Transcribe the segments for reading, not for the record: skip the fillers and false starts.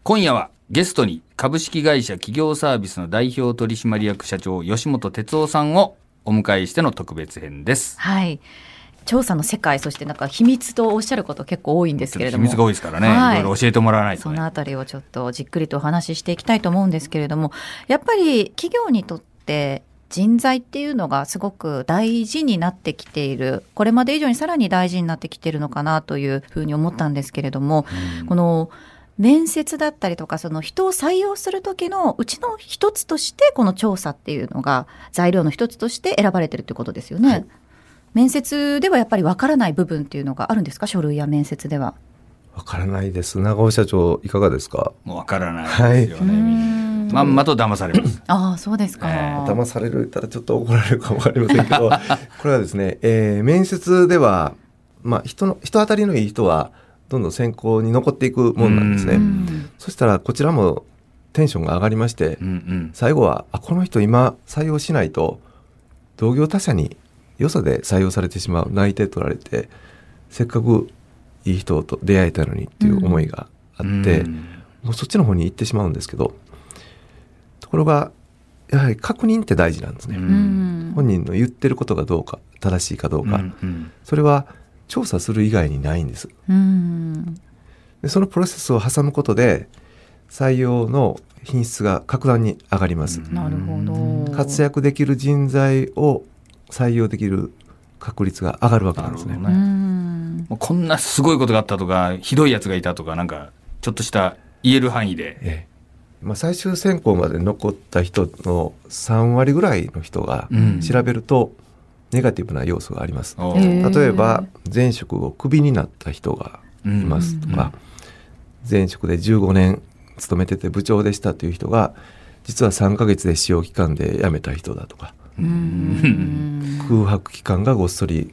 今夜はゲストに株式会社企業サービスの代表取締役社長吉本哲夫さんをお迎えしての特別編です。 はい、調査の世界、そしてなんか秘密とおっしゃること結構多いんですけれども、 秘密が多いですからね、 はい、 いろいろ教えてもらわないと、ね、 そのあたりをちょっとじっくりとお話ししていきたいと思うんですけれども、やっぱり企業にとって人材っていうのがすごく大事になってきている、これまで以上にさらに大事になってきているのかなというふうに思ったんですけれども、この面接だったりとか、その人を採用する時のうちの一つとしてこの調査っていうのが材料の一つとして選ばれてるということですよね。はい、面接ではやっぱり分からない部分っていうのがあるんですか？書類や面接では。 分からないです。長尾社長いかがですか？ もう分からないですよね、まんまと騙されます。 ああ、そうですか、 騙されるったらちょっと怒られるかもわかりませんけどこれはですね、面接では、人当たりのいい人はどんどん選考に残っていくもんなんですね。そしたらこちらもテンションが上がりまして、最後はこの人今採用しないと同業他社によそで採用されてしまう、内定取られてせっかくいい人と出会えたのにっていう思いがあって、もうそっちの方に行ってしまうんですけど、ところがやはり確認って大事なんですね。本人の言ってることがどうか正しいかどうか、それは調査する以外にないんです。でそのプロセスを挟むことで採用の品質が格段に上がります。 なるほど。 活躍できる人材を採用できる確率が上がるわけなんですね。 こんなすごいことがあったとか、ひどいやつがいたとか、なんかちょっとした言える範囲で、 最終選考まで残った人の3割ぐらいの人が調べるとネガティブな要素があります。例えば前職をクビになった人がいますとか、前職で15年勤めてて部長でしたという人が実は3ヶ月で使用期間で辞めた人だとか、空白期間がごっそり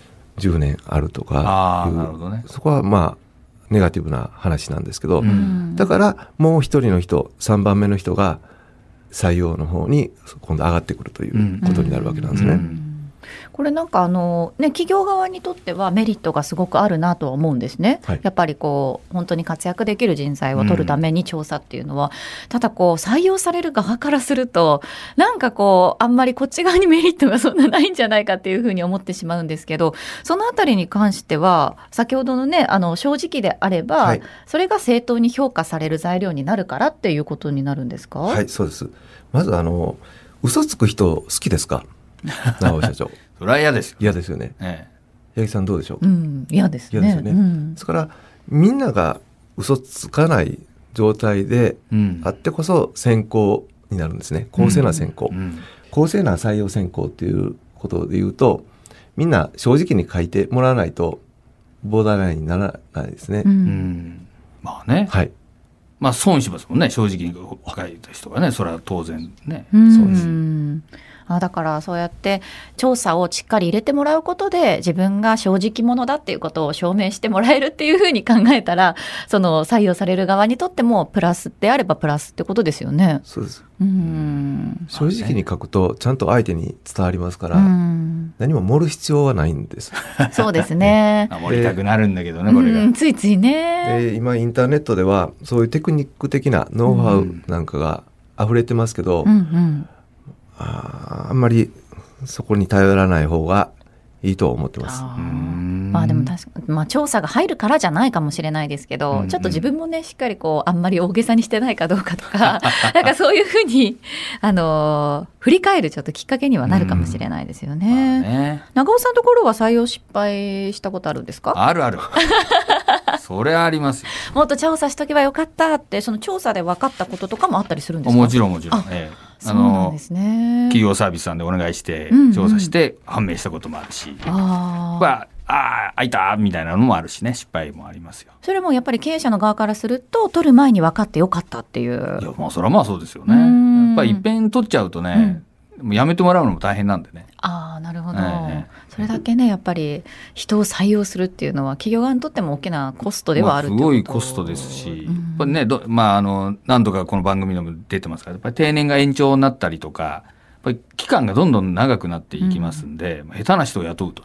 10年あるとかいう、 なるほどね、 そこはネガティブな話なんですけど、だからもう一人の人、3番目の人が採用の方に今度上がってくるということになるわけなんですね。 これなんか企業側にとってはメリットがすごくあるなとは思うんですね。やっぱり本当に活躍できる人材を取るために調査っていうのは、ただ採用される側からするとなんかあんまりこっち側にメリットがそんなないんじゃないかっていうふうに思ってしまうんですけど、そのあたりに関しては先ほどのね正直であれば、それが正当に評価される材料になるからっていうことになるんですか？ はい、そうです。まず嘘つく人好きですか？長尾社長それは嫌ですよ。 嫌ですよね。八木さんどうでしょう？ 嫌ですね。 嫌ですよね。ですからみんなが嘘つかない状態であってこそ選考になるんですね。公正な選考、公正な採用選考っていうことで言うと、みんな正直に書いてもらわないとボーダーラインにならないですね。 まあね、 はい、 損しますもんね、正直に書いた人がね。それは当然ね。 そうです。だからそうやって調査をしっかり入れてもらうことで自分が正直者だっていうことを証明してもらえるっていうふうに考えたら、その採用される側にとってもプラスであればプラスってことですよね。 そうです。正直に書くとちゃんと相手に伝わりますから、何も盛る必要はないんです。 そうですね。 盛りたくなるんだけどね、これがついついね。 今インターネットではそういうテクニック的なノウハウなんかが溢れてますけど、あんまりそこに頼らない方がいいと思ってます。 でも確かに、調査が入るからじゃないかもしれないですけど、ちょっと自分もねしっかりあんまり大げさにしてないかどうかとかなんかそういうふうに振り返るちょっときっかけにはなるかもしれないですよね。長尾さんのところは採用失敗したことあるんですか？ あるあるそれはありますよ。 もっと調査しとけばよかったって、その調査で分かったこととかもあったりするんですか？ もちろん。 そうなんですね。 企業サービスさんでお願いして調査して判明したこともあるし、開いたみたいなのもあるしね、失敗もありますよ。 それもやっぱり経営者の側からすると取る前に分かってよかったっていう。 いや、それはそうですよね。やっぱりいっぺん取っちゃうとね、もうやめてもらうのも大変なんでね。 なるほど、それだけねやっぱり人を採用するっていうのは企業側にとっても大きなコストではあるってこと。 すごいコストですし、やっぱりね、何度かこの番組でも出てますから、やっぱり定年が延長になったりとか、やっぱり期間がどんどん長くなっていきますんで、下手な人を雇うとね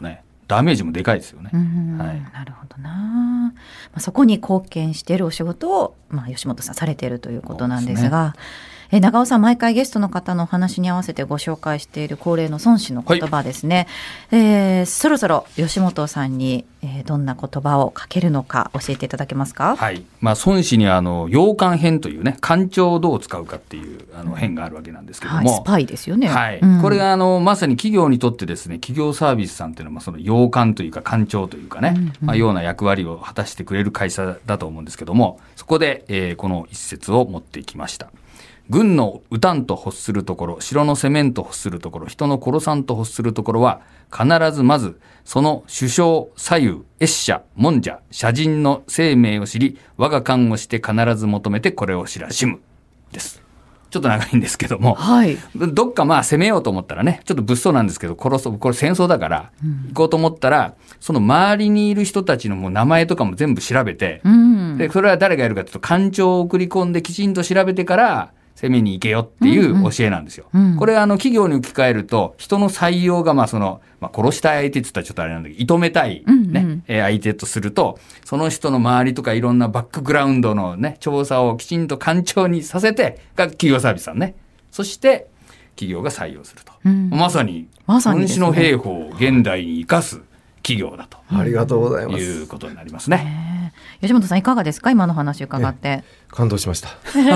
ダメージもでかいですよね。 なるほどな。そこに貢献しているお仕事を、吉本さんされているということなんですが、長尾さん、毎回ゲストの方のお話に合わせてご紹介している恒例の孫子の言葉ですね、そろそろ吉本さんに、どんな言葉をかけるのか教えていただけますか。 はい。孫子に洋館編というね、官庁をどう使うかっていう編があるわけなんですけども、 スパイですよね。 はい。これがまさに企業にとってですね、企業サービスさんっていうのはその洋館というか官庁というかね、ような役割を果たしてくれる会社だと思うんですけども、そこで、この一節を持ってきました。軍の討たんと欲するところ、城の攻めんと欲するところ、人の殺さんと欲するところは、必ずまず、その首相、左右、謁者、門者、社人の生命を知り、我が官をして必ず求めてこれを知らしむ。です。ちょっと長いんですけども、どっか攻めようと思ったらね、ちょっと物騒なんですけど、これ戦争だから、行こうと思ったら、その周りにいる人たちのもう名前とかも全部調べて、で、それは誰がやるかというと、官庁を送り込んできちんと調べてから、攻めに行けよっていう教えなんですよ。これ企業に置き換えると、人の採用が殺したい相手って言ったらちょっとあれなんだけど、射止めたいね、相手とすると、その人の周りとかいろんなバックグラウンドのね、調査をきちんと官庁にさせて、が企業サービスさんね。そして企業が採用すると。まさに孫子の兵法を現代に生かす企業だと。 ありがとうございます。 いうことになりますね。 吉本さんいかがですか、今の話伺って。 感動しました。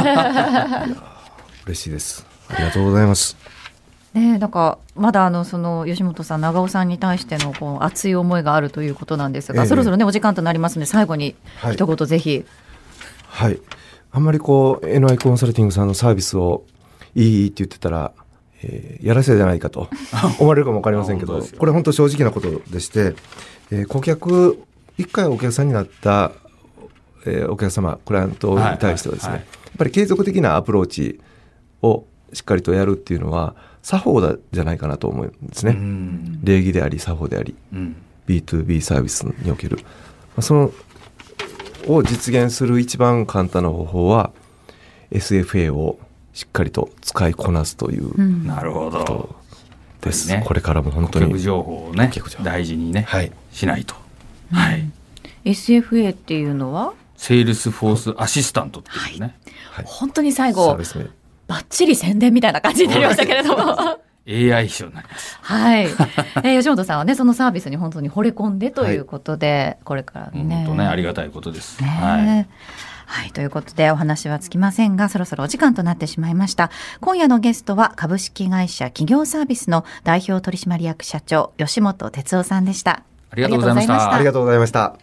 嬉しいです。ありがとうございます。 なんかまだその吉本さん、長尾さんに対しての熱い思いがあるということなんですが、そろそろねお時間となりますので、最後に一言ぜひ。 はい。あんまりNI コンサルティングさんのサービスをいいって言ってたら、やらせじゃないかと思われるかも分かりませんけど、これ本当正直なことでして、一回お客さんになった、お客様、クライアントに対してはですね、やっぱり継続的なアプローチをしっかりとやるっていうのは作法じゃないかなと思うんですね。礼儀であり作法であり、B2B サービスにおける、そのを実現する一番簡単な方法は SFA をしっかりと使いこなすという、 なるほどです、これからも本当に顧客情報をね大事にね、しないと、 SFA っていうのはセールスフォースアシスタントっていうね、 本当に最後バッチリ宣伝みたいな感じになりましたけれども AI 秘書になります。 吉本さんはね、そのサービスに本当に惚れ込んでということで、これからね、 本当ね、ありがたいことです。 ということでお話はつきませんが、そろそろお時間となってしまいました。今夜のゲストは株式会社企業サービスの代表取締役社長、吉本哲夫さんでした。 ありがとうございました。 ありがとうございました。